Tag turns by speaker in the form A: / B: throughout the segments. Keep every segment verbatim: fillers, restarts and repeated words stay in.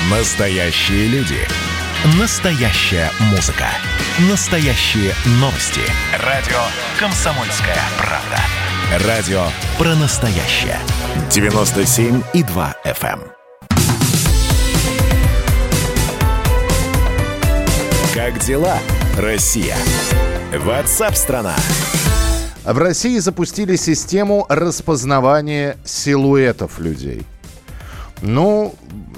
A: Настоящие люди. Настоящая музыка. Настоящие новости. Радио «Комсомольская правда». Радио про настоящее. девяносто семь и два эф эм. Как дела, Россия? WhatsApp-страна.
B: В России запустили систему распознавания силуэтов людей. Ну,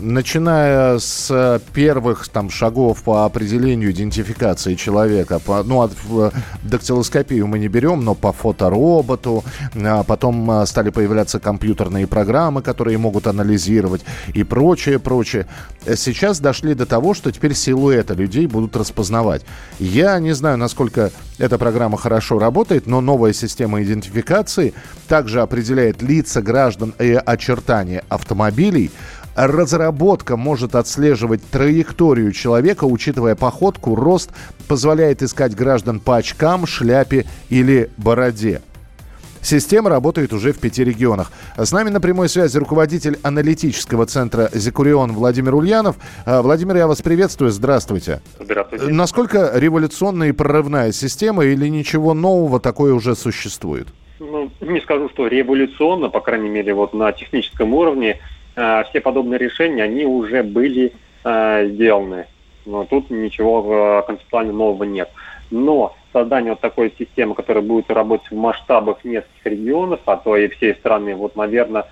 B: начиная с первых там шагов по определению идентификации человека, по, ну, от дактилоскопию мы не берем, но по фотороботу, а потом стали появляться компьютерные программы, которые могут анализировать и прочее, прочее. Сейчас дошли до того, что теперь силуэты людей будут распознавать. Я не знаю, насколько эта программа хорошо работает, но новая система идентификации также определяет лица граждан и очертания автомобилей. Разработка может отслеживать траекторию человека, учитывая походку, рост, позволяет искать граждан по очкам, шляпе или бороде. Система работает уже в пяти регионах. С нами на прямой связи руководитель аналитического центра «Зикурион» Владимир Ульянов. Владимир, я вас приветствую. Здравствуйте.
C: Здравствуйте.
B: Насколько революционная и прорывная система или ничего нового такое уже существует?
C: Ну, не скажу, что революционно, по крайней мере, вот на техническом уровне. Все подобные решения, они уже были э, сделаны. Но тут ничего э, концептуально нового нет. Но создание вот такой системы, которая будет работать в масштабах нескольких регионов, а то и всей страны, вот, наверное,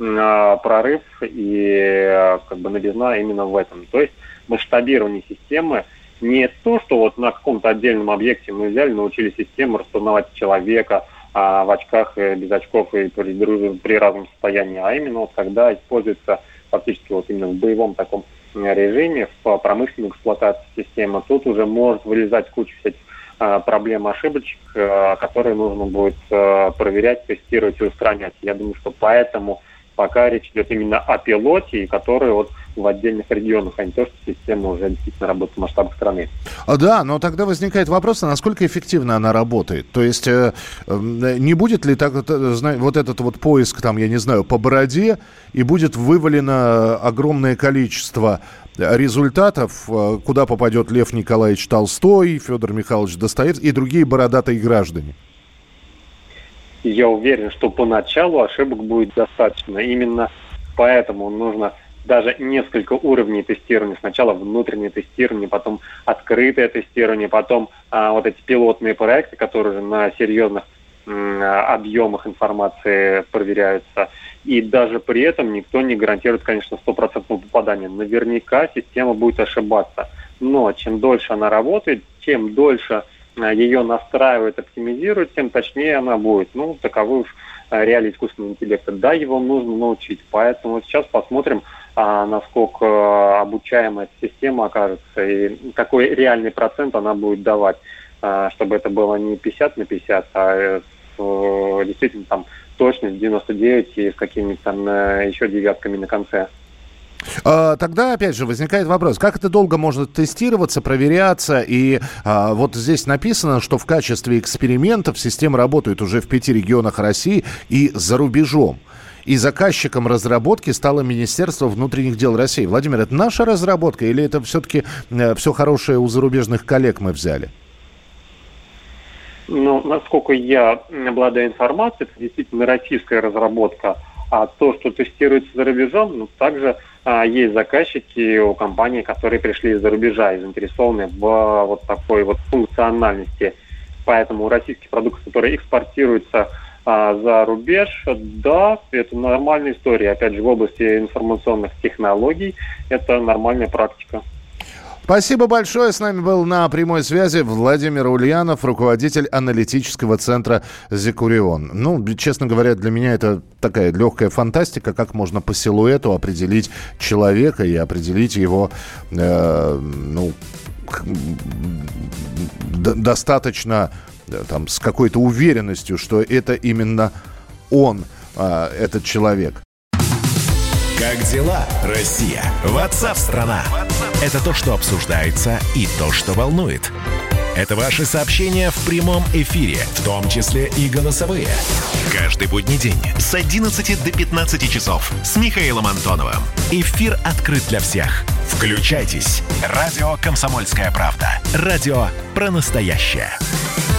C: э, прорыв и э, как бы новизна именно в этом. То есть масштабирование системы не то, что вот на каком-то отдельном объекте мы взяли, научили систему распознавать человека, а в очках, без очков и при, при разном состоянии, а именно вот когда используется фактически вот именно в боевом таком режиме, в промышленной эксплуатации системы, тут уже может вылезать куча всяких а, проблем, ошибочек, а, которые нужно будет а, проверять, тестировать и устранять. Я думаю, что поэтому пока речь идет именно о пилоте, который вот в отдельных регионах, а не то, что система уже действительно работает в масштабах страны.
B: А, да, но тогда возникает вопрос, а насколько эффективно она работает. То есть э, э, не будет ли так, э, вот этот вот поиск, там, я не знаю, по бороде, и будет вывалено огромное количество результатов, э, куда попадет Лев Николаевич Толстой, Федор Михайлович Достоевский и другие бородатые граждане?
C: Я уверен, что поначалу ошибок будет достаточно. Именно поэтому нужно даже несколько уровней тестирования. Сначала внутреннее тестирование, потом открытое тестирование, потом а, вот эти пилотные проекты, которые уже на серьезных м, объемах информации проверяются. И даже при этом никто не гарантирует, конечно, стопроцентного попадания. Наверняка система будет ошибаться. Но чем дольше она работает, чем дольше ее настраивают, оптимизируют, тем точнее она будет. Ну, таковы уж реалии искусственного интеллекта. Да, его нужно научить. Поэтому сейчас посмотрим, а, насколько обучаемая эта система окажется и какой реальный процент она будет давать, а, чтобы это было не пятьдесят на пятьдесят, а а, действительно там точность девяносто девять и с какими-то там еще девятками на конце.
B: Тогда, опять же, возникает вопрос, как это долго может тестироваться, проверяться, и а, вот здесь написано, что в качестве экспериментов система работает уже в пяти регионах России и за рубежом. И заказчиком разработки стало Министерство внутренних дел России. Владимир, это наша разработка или это все-таки э, все хорошее у зарубежных коллег мы взяли?
C: Ну, насколько я обладаю информацией, это действительно российская разработка. А то, что тестируется за рубежом, ну, также а, есть заказчики у компаний, которые пришли из-за рубежа и заинтересованы в а, вот такой вот функциональности. Поэтому российский продукт, который экспортируется а, за рубеж, да, это нормальная история. Опять же, в области информационных технологий это нормальная практика.
B: Спасибо большое. С нами был на прямой связи Владимир Ульянов, руководитель аналитического центра «Зикурион». Ну, честно говоря, для меня это такая легкая фантастика, как можно по силуэту определить человека и определить его, э, ну, д- достаточно там, с какой-то уверенностью, что это именно он, э, этот человек.
A: Как дела, Россия? WhatsApp-страна! Это то, что обсуждается и то, что волнует. Это ваши сообщения в прямом эфире, в том числе и голосовые. Каждый будний день с одиннадцати до пятнадцати часов с Михаилом Антоновым. Эфир открыт для всех. Включайтесь. Радио «Комсомольская правда». Радио про настоящее.